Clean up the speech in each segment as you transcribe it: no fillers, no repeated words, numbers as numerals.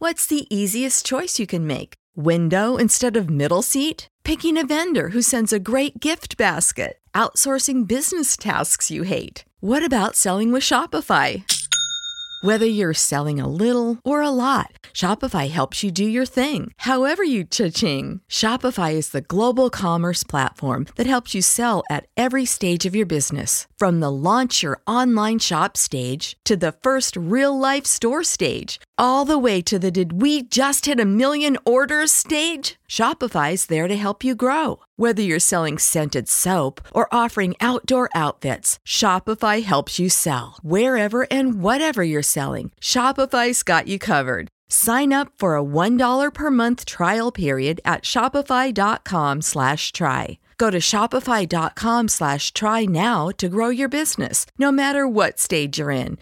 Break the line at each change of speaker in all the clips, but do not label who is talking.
What's the easiest choice you can make? Window instead of middle seat? Picking a vendor who sends a great gift basket? Outsourcing business tasks you hate? What about selling with Shopify? Whether you're selling a little or a lot, Shopify helps you do your thing, however you cha-ching. Shopify is the global commerce platform that helps you sell at every stage of your business. From the launch your online shop stage to the first real-life store stage, all the way to the did we just hit a million orders stage? Shopify's there to help you grow. Whether you're selling scented soap or offering outdoor outfits, Shopify helps you sell. Wherever and whatever you're selling, Shopify's got you covered. Sign up for a $1 per month trial period at shopify.com/try. Go to shopify.com/try now to grow your business, no matter what stage you're in.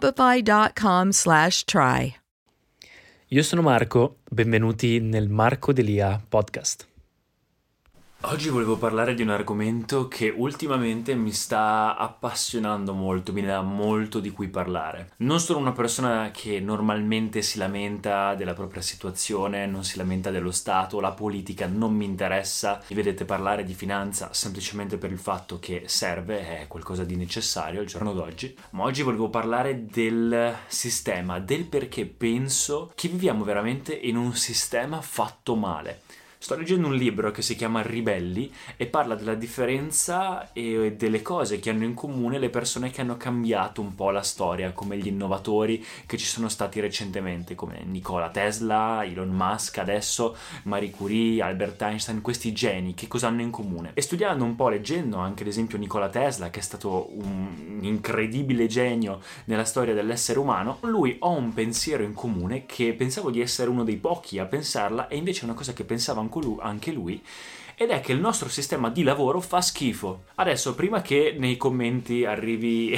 Shopify.com/try.
Io sono Marco, benvenuti nel Marco Delia podcast. Oggi volevo parlare di un argomento che ultimamente mi sta appassionando molto, mi dà molto di cui parlare. Non sono una persona che normalmente si lamenta della propria situazione, non si lamenta dello Stato, la politica non mi interessa. Mi vedete parlare di finanza semplicemente per il fatto che serve, è qualcosa di necessario al giorno d'oggi. Ma oggi volevo parlare del sistema, del perché penso che viviamo veramente in un sistema fatto male. Sto leggendo un libro che si chiama Ribelli e parla della differenza e delle cose che hanno in comune le persone che hanno cambiato un po' la storia, come gli innovatori che ci sono stati recentemente, come Nikola Tesla, Elon Musk adesso, Marie Curie, Albert Einstein, questi geni, che cosa hanno in comune? E studiando un po', leggendo anche ad esempio Nikola Tesla, che è stato un incredibile genio nella storia dell'essere umano, lui ho un pensiero in comune che pensavo di essere uno dei pochi a pensarla e invece è una cosa che pensava anche lui, ed è che il nostro sistema di lavoro fa schifo. Adesso, prima che nei commenti arrivi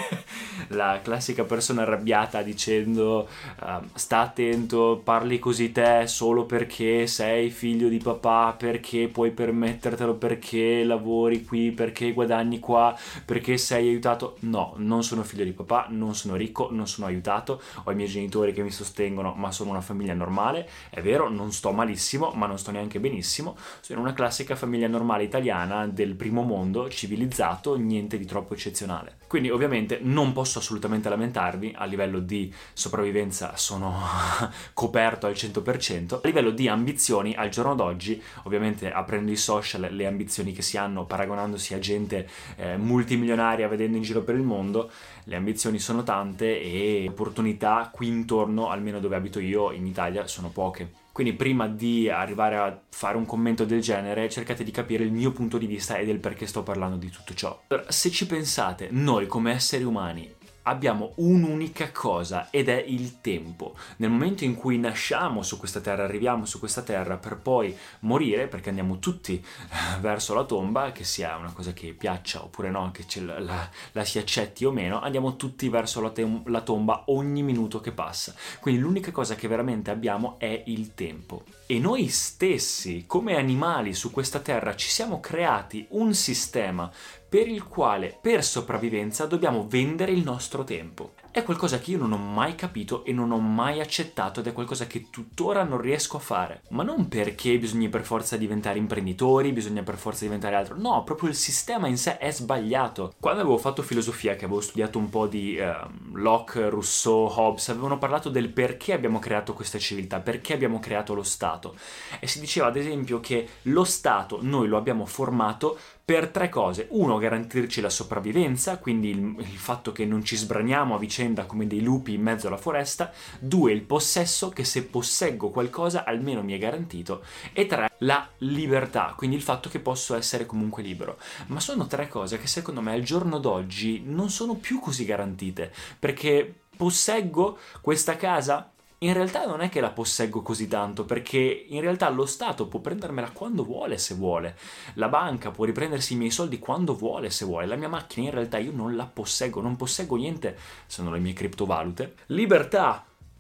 la classica persona arrabbiata dicendo sta attento, parli così te solo perché sei figlio di papà, perché puoi permettertelo, perché lavori qui, perché guadagni qua, perché sei aiutato. No, non sono figlio di papà, non sono ricco, non sono aiutato, ho i miei genitori che mi sostengono, ma sono una famiglia normale. È vero, non sto malissimo, ma non sto neanche benissimo. Sono una classica famiglia normale italiana del primo mondo, civilizzato, niente di troppo eccezionale. Quindi ovviamente non posso assolutamente lamentarvi, a livello di sopravvivenza sono coperto al 100%, a livello di ambizioni al giorno d'oggi, ovviamente aprendo i social, le ambizioni che si hanno paragonandosi a gente multimilionaria vedendo in giro per il mondo, le ambizioni sono tante e opportunità qui intorno, almeno dove abito io in Italia, sono poche. Quindi prima di arrivare a fare un commento del genere, cercate di capire il mio punto di vista e del perché sto parlando di tutto ciò. Allora, se ci pensate, noi come esseri umani abbiamo un'unica cosa ed è il tempo. Nel momento in cui nasciamo su questa terra, arriviamo su questa terra per poi morire, perché andiamo tutti verso la tomba, che sia una cosa che piaccia oppure no, che la si accetti o meno, andiamo tutti verso la tomba ogni minuto che passa. Quindi l'unica cosa che veramente abbiamo è il tempo. E noi stessi, come animali su questa terra, ci siamo creati un sistema per il quale, per sopravvivenza, dobbiamo vendere il nostro tempo. È qualcosa che io non ho mai capito e non ho mai accettato ed è qualcosa che tuttora non riesco a fare. Ma non perché bisogna per forza diventare imprenditori, bisogna per forza diventare altro. No, proprio il sistema in sé è sbagliato. Quando avevo fatto filosofia, che avevo studiato un po' di Locke, Rousseau, Hobbes, avevano parlato del perché abbiamo creato questa civiltà, perché abbiamo creato lo Stato. E si diceva ad esempio che lo Stato noi lo abbiamo formato per tre cose. Uno, garantirci la sopravvivenza, quindi il fatto che non ci sbraniamo a vicenda come dei lupi in mezzo alla foresta. Due, il possesso, che se posseggo qualcosa almeno mi è garantito. E tre, la libertà, quindi il fatto che posso essere comunque libero. Ma sono tre cose che secondo me al giorno d'oggi non sono più così garantite, perché posseggo questa casa? In realtà non è che la posseggo così tanto, perché in realtà lo Stato può prendermela quando vuole, se vuole. La banca può riprendersi i miei soldi quando vuole, se vuole. La mia macchina in realtà io non la posseggo, non posseggo niente se non le mie criptovalute. Libertà!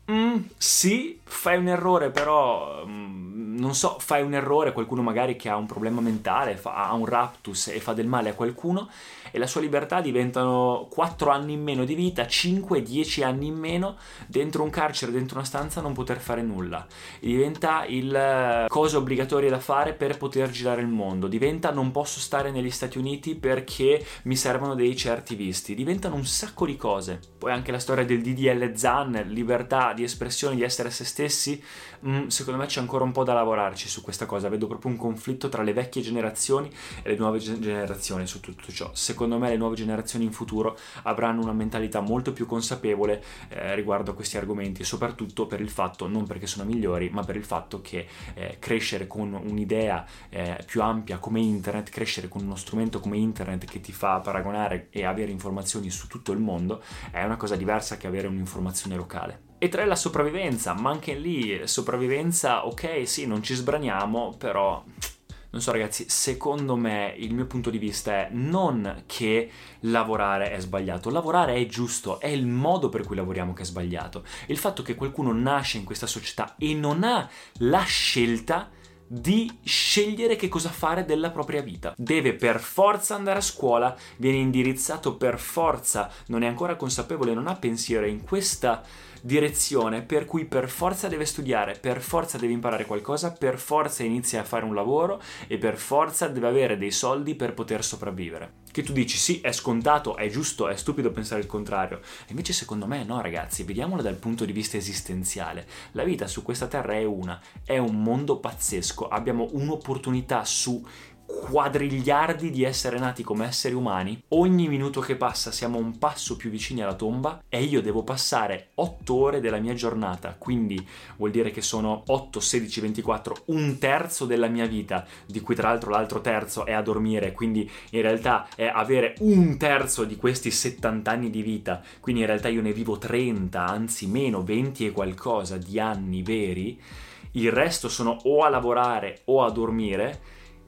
Sì, fai un errore, però non so, fai un errore, qualcuno magari che ha un problema mentale, ha un raptus e fa del male a qualcuno, e la sua libertà diventano 4 anni in meno di vita, 5-10 anni in meno dentro un carcere, dentro una stanza, non poter fare nulla. Diventa il cosa obbligatoria da fare per poter girare il mondo, diventa non posso stare negli Stati Uniti perché mi servono dei certi visti, diventano un sacco di cose. Poi anche la storia del DDL Zan, libertà di espressione, di essere se stessi, secondo me c'è ancora un po' da lavorarci su questa cosa. Vedo proprio un conflitto tra le vecchie generazioni e le nuove generazioni su tutto ciò. Secondo me le nuove generazioni in futuro avranno una mentalità molto più consapevole riguardo a questi argomenti, e soprattutto per il fatto, non perché sono migliori, ma per il fatto che crescere con un'idea più ampia come internet, crescere con uno strumento come internet che ti fa paragonare e avere informazioni su tutto il mondo, è una cosa diversa che avere un'informazione locale. E 3, la sopravvivenza, ma anche lì sopravvivenza, ok, sì, non ci sbraniamo, però non so ragazzi, secondo me il mio punto di vista è non che lavorare è sbagliato, lavorare è giusto, è il modo per cui lavoriamo che è sbagliato. Il fatto che qualcuno nasce in questa società e non ha la scelta di scegliere che cosa fare della propria vita. Deve per forza andare a scuola, viene indirizzato per forza, non è ancora consapevole, non ha pensiero in questa direzione, per cui per forza deve studiare, per forza deve imparare qualcosa, per forza inizia a fare un lavoro e per forza deve avere dei soldi per poter sopravvivere. Che tu dici sì, è scontato, è giusto, è stupido pensare il contrario. Invece secondo me no ragazzi, vediamolo dal punto di vista esistenziale. La vita su questa terra è un mondo pazzesco, abbiamo un'opportunità su quadrigliardi di essere nati come esseri umani. Ogni minuto che passa siamo un passo più vicini alla tomba e io devo passare 8 ore della mia giornata, quindi vuol dire che sono 8, 16, 24, un terzo della mia vita, di cui tra l'altro l'altro terzo è a dormire, quindi in realtà è avere un terzo di questi 70 anni di vita, quindi in realtà io ne vivo 30, anzi meno, 20 e qualcosa di anni veri, il resto sono o a lavorare o a dormire.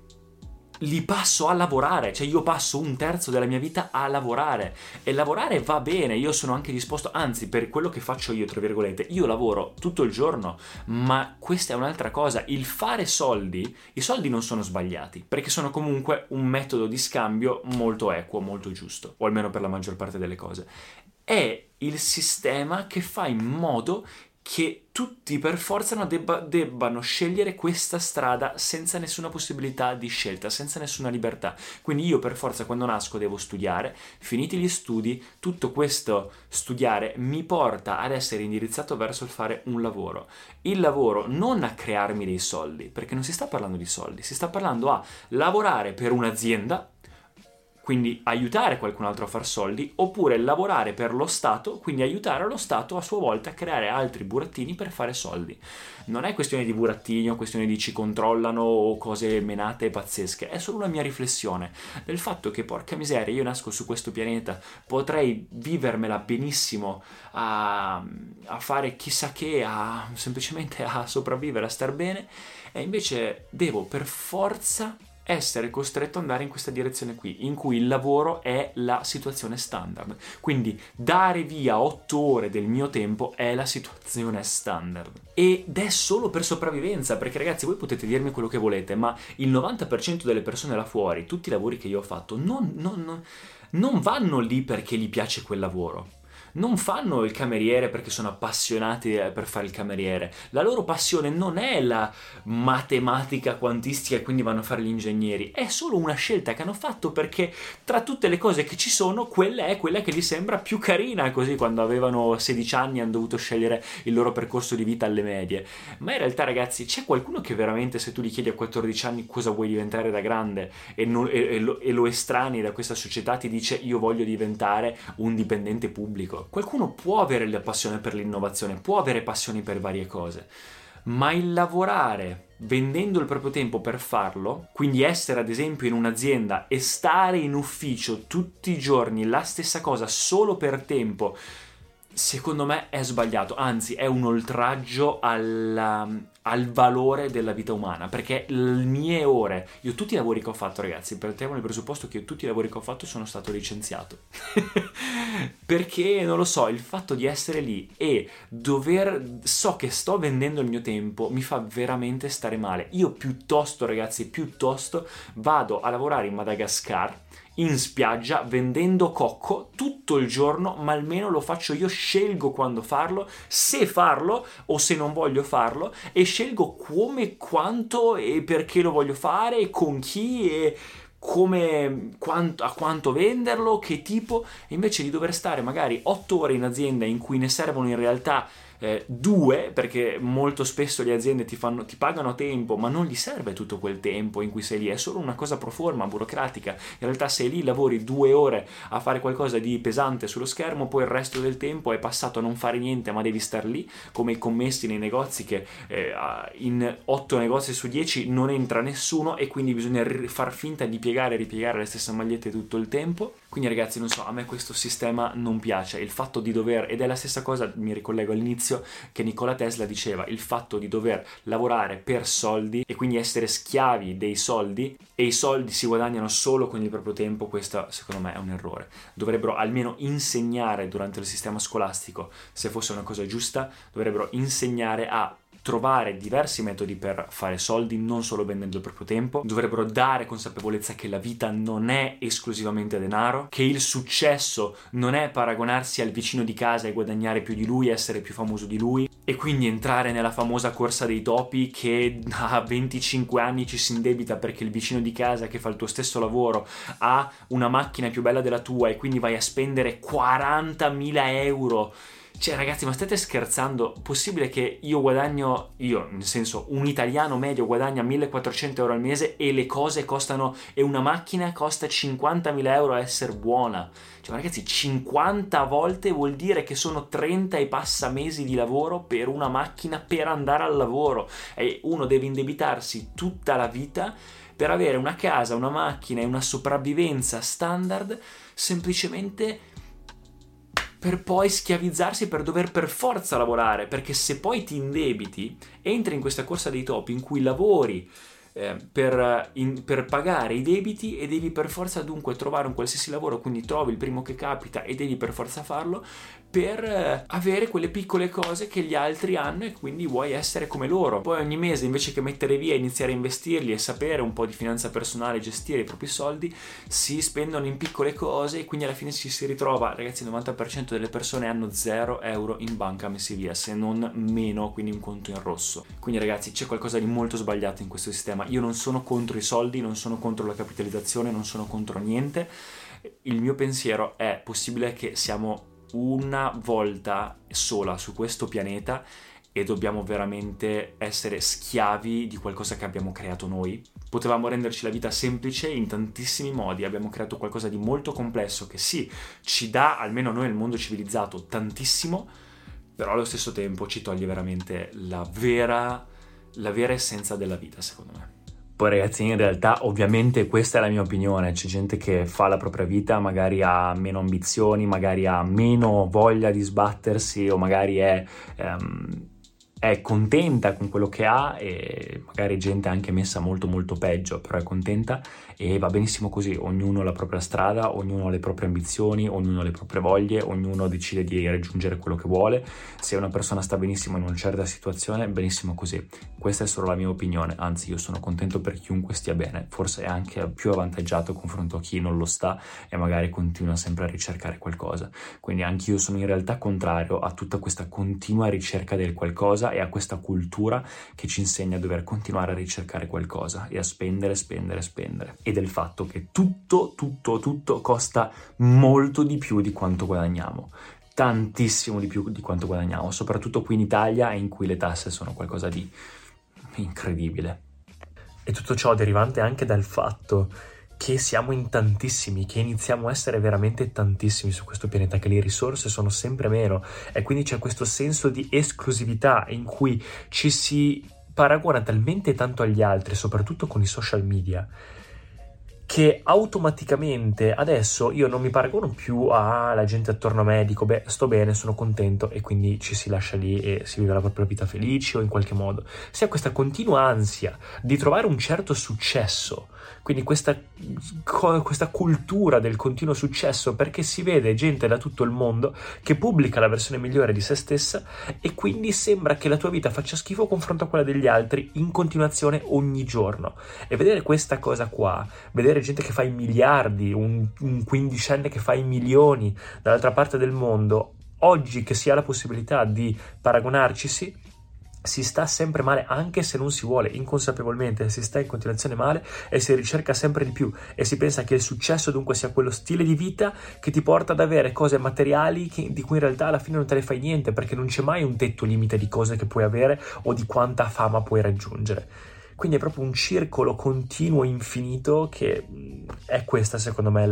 Li passo a lavorare, cioè io passo un terzo della mia vita a lavorare, e lavorare va bene, io sono anche disposto, anzi per quello che faccio io, tra virgolette, io lavoro tutto il giorno, ma questa è un'altra cosa, il fare soldi, i soldi non sono sbagliati, perché sono comunque un metodo di scambio molto equo, molto giusto, o almeno per la maggior parte delle cose. È il sistema che fa in modo che tutti per forza debbano scegliere questa strada senza nessuna possibilità di scelta, senza nessuna libertà. Quindi io per forza quando nasco devo studiare, finiti gli studi, tutto questo studiare mi porta ad essere indirizzato verso il fare un lavoro. Il lavoro non a crearmi dei soldi, perché non si sta parlando di soldi, si sta parlando a lavorare per un'azienda, quindi aiutare qualcun altro a far soldi, oppure lavorare per lo Stato, quindi aiutare lo Stato a sua volta a creare altri burattini per fare soldi. Non è questione di burattini o questione di ci controllano o cose menate e pazzesche, è solo una mia riflessione del fatto che porca miseria, io nasco su questo pianeta, potrei vivermela benissimo a fare chissà che, semplicemente a sopravvivere, a star bene, e invece devo per forza essere costretto ad andare in questa direzione qui, in cui il lavoro è la situazione standard. Quindi dare via 8 ore del mio tempo è la situazione standard. Ed è solo per sopravvivenza, perché ragazzi voi potete dirmi quello che volete, ma il 90% delle persone là fuori, tutti i lavori che io ho fatto, non vanno lì perché gli piace quel lavoro. Non fanno il cameriere perché sono appassionati per fare il cameriere. La loro passione non è la matematica quantistica e quindi vanno a fare gli ingegneri. È solo una scelta che hanno fatto perché tra tutte le cose che ci sono, quella è quella che gli sembra più carina. Così quando avevano 16 anni hanno dovuto scegliere il loro percorso di vita alle medie. Ma in realtà ragazzi c'è qualcuno che veramente, se tu gli chiedi a 14 anni cosa vuoi diventare da grande e lo estranei da questa società, ti dice io voglio diventare un dipendente pubblico. Qualcuno può avere la passione per l'innovazione, può avere passioni per varie cose, ma il lavorare vendendo il proprio tempo per farlo, quindi essere ad esempio in un'azienda e stare in ufficio tutti i giorni la stessa cosa solo per tempo, secondo me è sbagliato, anzi è un oltraggio al valore della vita umana, perché le mie ore, io tutti i lavori che ho fatto, ragazzi, partiamo dal presupposto che io tutti i lavori che ho fatto sono stato licenziato perché non lo so, il fatto di essere lì e so che sto vendendo il mio tempo mi fa veramente stare male. Io piuttosto, ragazzi, vado a lavorare in Madagascar in spiaggia vendendo cocco tutto il giorno, ma almeno lo faccio io, scelgo quando farlo, se farlo o se non voglio farlo, e scelgo come, quanto e perché lo voglio fare e con chi e a quanto venderlo, che tipo, invece di dover stare magari 8 ore in azienda in cui ne servono in realtà 2, perché molto spesso le aziende ti pagano a tempo, ma non gli serve tutto quel tempo in cui sei lì, è solo una cosa pro forma, burocratica. In realtà sei lì, lavori 2 ore a fare qualcosa di pesante sullo schermo, poi il resto del tempo è passato a non fare niente, ma devi star lì, come i commessi nei negozi che in 8 negozi su 10 non entra nessuno e quindi bisogna far finta di piegare e ripiegare le stesse magliette tutto il tempo. Quindi ragazzi, non so, a me questo sistema non piace, il fatto di ed è la stessa cosa, mi ricollego all'inizio, che Nikola Tesla diceva, il fatto di dover lavorare per soldi e quindi essere schiavi dei soldi, e i soldi si guadagnano solo con il proprio tempo. Questo secondo me è un errore. Dovrebbero almeno insegnare durante il sistema scolastico, se fosse una cosa giusta, dovrebbero insegnare a trovare diversi metodi per fare soldi, non solo vendendo il proprio tempo. Dovrebbero dare consapevolezza che la vita non è esclusivamente denaro, che il successo non è paragonarsi al vicino di casa e guadagnare più di lui, essere più famoso di lui, e quindi entrare nella famosa corsa dei topi che a 25 anni ci si indebita perché il vicino di casa che fa il tuo stesso lavoro ha una macchina più bella della tua e quindi vai a spendere 40.000 euro. Cioè ragazzi, ma state scherzando? Possibile che nel senso un italiano medio guadagna 1.400 euro al mese e le cose costano, e una macchina costa 50.000 euro a essere buona? Cioè ragazzi, 50 volte vuol dire che sono 30 e passa mesi di lavoro per una macchina per andare al lavoro, e uno deve indebitarsi tutta la vita per avere una casa, una macchina e una sopravvivenza standard, semplicemente per poi schiavizzarsi, per dover per forza lavorare, perché se poi ti indebiti, entri in questa corsa dei topi in cui lavori per pagare i debiti e devi per forza dunque trovare un qualsiasi lavoro, quindi trovi il primo che capita e devi per forza farlo per avere quelle piccole cose che gli altri hanno, e quindi vuoi essere come loro. Poi ogni mese, invece che mettere via, iniziare a investirli e sapere un po' di finanza personale, gestire i propri soldi, si spendono in piccole cose e quindi alla fine ci si ritrova, ragazzi, il 90% delle persone hanno 0 euro in banca messi via, se non meno, quindi un conto in rosso. Quindi ragazzi, c'è qualcosa di molto sbagliato in questo sistema. Io non sono contro i soldi, non sono contro la capitalizzazione, non sono contro niente. Il mio pensiero è: possibile che siamo una volta sola su questo pianeta e dobbiamo veramente essere schiavi di qualcosa che abbiamo creato noi? Potevamo renderci la vita semplice in tantissimi modi, abbiamo creato qualcosa di molto complesso che sì, ci dà, almeno noi nel mondo civilizzato, tantissimo, però allo stesso tempo ci toglie veramente la vera essenza della vita, secondo me. Poi ragazzi, in realtà ovviamente questa è la mia opinione, c'è gente che fa la propria vita, magari ha meno ambizioni, magari ha meno voglia di sbattersi, o magari è contenta con quello che ha, e magari gente anche messa molto molto peggio, però è contenta e va benissimo così. Ognuno ha la propria strada, ognuno ha le proprie ambizioni, ognuno ha le proprie voglie, ognuno decide di raggiungere quello che vuole. Se una persona sta benissimo in una certa situazione, benissimo così. Questa è solo la mia opinione, anzi io sono contento per chiunque stia bene, forse è anche più avvantaggiato confronto a chi non lo sta e magari continua sempre a ricercare qualcosa. Quindi anche io sono in realtà contrario a tutta questa continua ricerca del qualcosa e a questa cultura che ci insegna a dover continuare a ricercare qualcosa e a spendere, e del fatto che tutto costa molto di più di quanto guadagniamo, tantissimo di più di quanto guadagniamo, soprattutto qui in Italia, in cui le tasse sono qualcosa di incredibile. E tutto ciò derivante anche dal fatto che siamo in tantissimi, che iniziamo a essere veramente tantissimi su questo pianeta, che le risorse sono sempre meno, e quindi c'è questo senso di esclusività in cui ci si paragona talmente tanto agli altri, soprattutto con i social media, che automaticamente adesso io non mi paragono più alla gente attorno a me, dico beh, sto bene, sono contento, e quindi ci si lascia lì e si vive la propria vita felice o in qualche modo. Si ha questa continua ansia di trovare un certo successo, quindi questa cultura del continuo successo, perché si vede gente da tutto il mondo che pubblica la versione migliore di se stessa, e quindi sembra che la tua vita faccia schifo confronto a quella degli altri in continuazione ogni giorno. E vedere questa cosa qua, vedere gente che fa i miliardi, un quindicenne che fa i milioni dall'altra parte del mondo, oggi che si ha la possibilità di paragonarci, si sta sempre male, anche se non si vuole, inconsapevolmente si sta in continuazione male e si ricerca sempre di più, e si pensa che il successo dunque sia quello stile di vita che ti porta ad avere cose materiali di cui in realtà alla fine non te ne fai niente, perché non c'è mai un tetto limite di cose che puoi avere o di quanta fama puoi raggiungere. Quindi è proprio un circolo continuo infinito, che è questa secondo me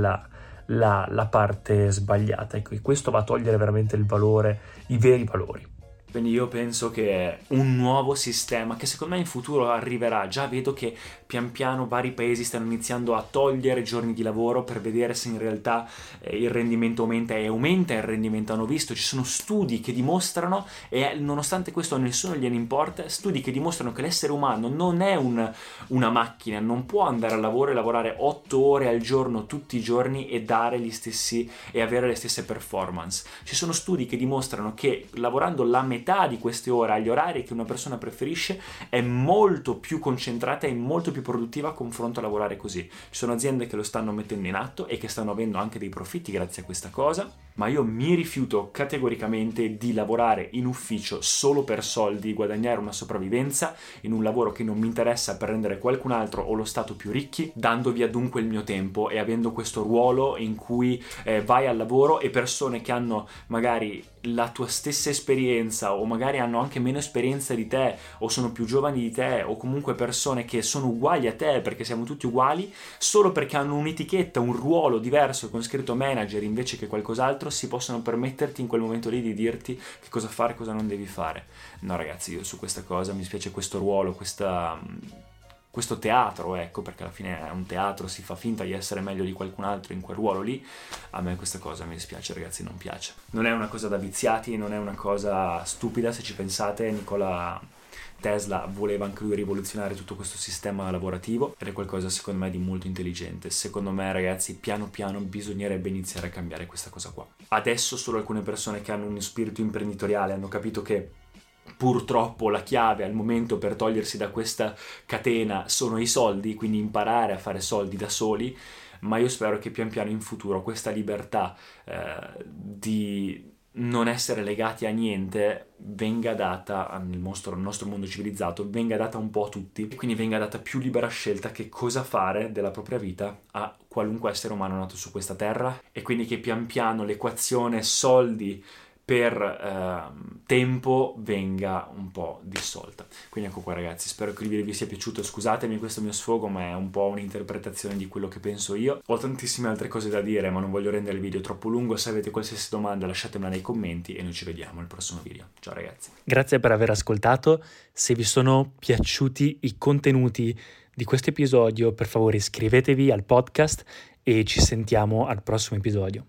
la parte sbagliata, e questo va a togliere veramente il valore, i veri valori. Quindi io penso che è un nuovo sistema che secondo me in futuro arriverà. Già vedo che pian piano vari paesi stanno iniziando a togliere giorni di lavoro per vedere se in realtà il rendimento aumenta, e aumenta il rendimento. Hanno visto, ci sono studi che dimostrano, e nonostante questo a nessuno gliene importa, studi che dimostrano che l'essere umano non è una macchina, non può andare al lavoro e lavorare 8 ore al giorno tutti i giorni e dare gli stessi e avere le stesse performance. Ci sono studi che dimostrano che lavorando la metà di queste ore agli orari che una persona preferisce è molto più concentrata e molto più produttiva a confronto a lavorare così. Ci sono aziende che lo stanno mettendo in atto e che stanno avendo anche dei profitti grazie a questa cosa, ma io mi rifiuto categoricamente di lavorare in ufficio solo per soldi, guadagnare una sopravvivenza in un lavoro che non mi interessa per rendere qualcun altro o lo Stato più ricchi, dando via dunque il mio tempo e avendo questo ruolo in cui vai al lavoro e persone che hanno magari la tua stessa esperienza o magari hanno anche meno esperienza di te o sono più giovani di te, o comunque persone che sono uguali a te, perché siamo tutti uguali, solo perché hanno un'etichetta, un ruolo diverso con scritto manager invece che qualcos'altro, si possono permetterti in quel momento lì di dirti che cosa fare e cosa non devi fare. No ragazzi, io su questa cosa mi spiace, questo ruolo, questo teatro, ecco, perché alla fine è un teatro, si fa finta di essere meglio di qualcun altro in quel ruolo lì. A me questa cosa mi dispiace ragazzi, non piace. Non è una cosa da viziati, non è una cosa stupida se ci pensate. Nikola Tesla voleva anche lui rivoluzionare tutto questo sistema lavorativo, ed è qualcosa secondo me di molto intelligente. Secondo me ragazzi, piano piano bisognerebbe iniziare a cambiare questa cosa qua. Adesso solo alcune persone che hanno uno spirito imprenditoriale hanno capito che purtroppo la chiave al momento per togliersi da questa catena sono i soldi, quindi imparare a fare soldi da soli. Ma io spero che pian piano in futuro questa libertà di non essere legati a niente venga data nel nostro mondo civilizzato, venga data un po' a tutti, e quindi venga data più libera scelta che cosa fare della propria vita a qualunque essere umano nato su questa terra, e quindi che pian piano l'equazione soldi per tempo venga un po' dissolta. Quindi ecco qua ragazzi, spero che il video vi sia piaciuto. Scusatemi questo mio sfogo, ma è un po' un'interpretazione di quello che penso io. Ho tantissime altre cose da dire, ma non voglio rendere il video troppo lungo. Se avete qualsiasi domanda lasciatemela nei commenti e noi ci vediamo al prossimo video. Ciao ragazzi. Grazie per aver ascoltato. Se vi sono piaciuti i contenuti di questo episodio, per favore iscrivetevi al podcast e ci sentiamo al prossimo episodio.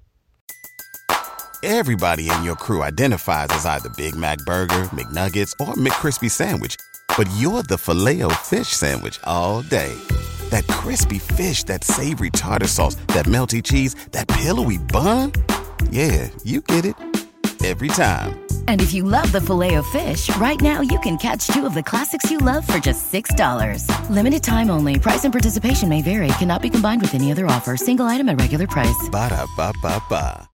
Everybody in your crew identifies as either Big Mac Burger, McNuggets, or McCrispy Sandwich. But you're the Filet-O-Fish Sandwich all day. That crispy fish, that savory tartar sauce, that melty cheese, that pillowy bun. Yeah, you get it. Every time.
And if you love the Filet-O-Fish, right now you can catch 2 of the classics you love for just $6. Limited time only. Price and participation may vary. Cannot be combined with any other offer. Single item at regular price.
Ba-da-ba-ba-ba.